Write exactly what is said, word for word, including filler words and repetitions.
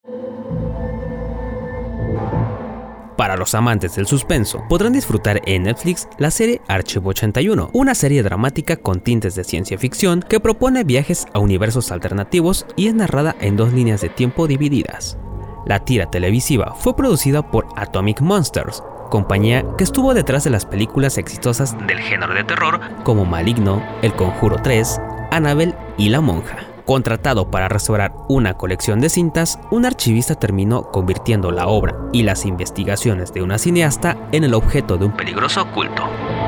Para los amantes del suspenso, podrán disfrutar en Netflix la serie Archivo ochenta y uno, una serie dramática con tintes de ciencia ficción que propone viajes a universos alternativos y es narrada en dos líneas de tiempo divididas. La tira televisiva fue producida por Atomic Monsters, compañía que estuvo detrás de las películas exitosas del género de terror como Maligno, El Conjuro tres, Annabelle y La Monja. Contratado para restaurar una colección de cintas, un archivista terminó convirtiendo la obra y las investigaciones de una cineasta en el objeto de un peligroso culto.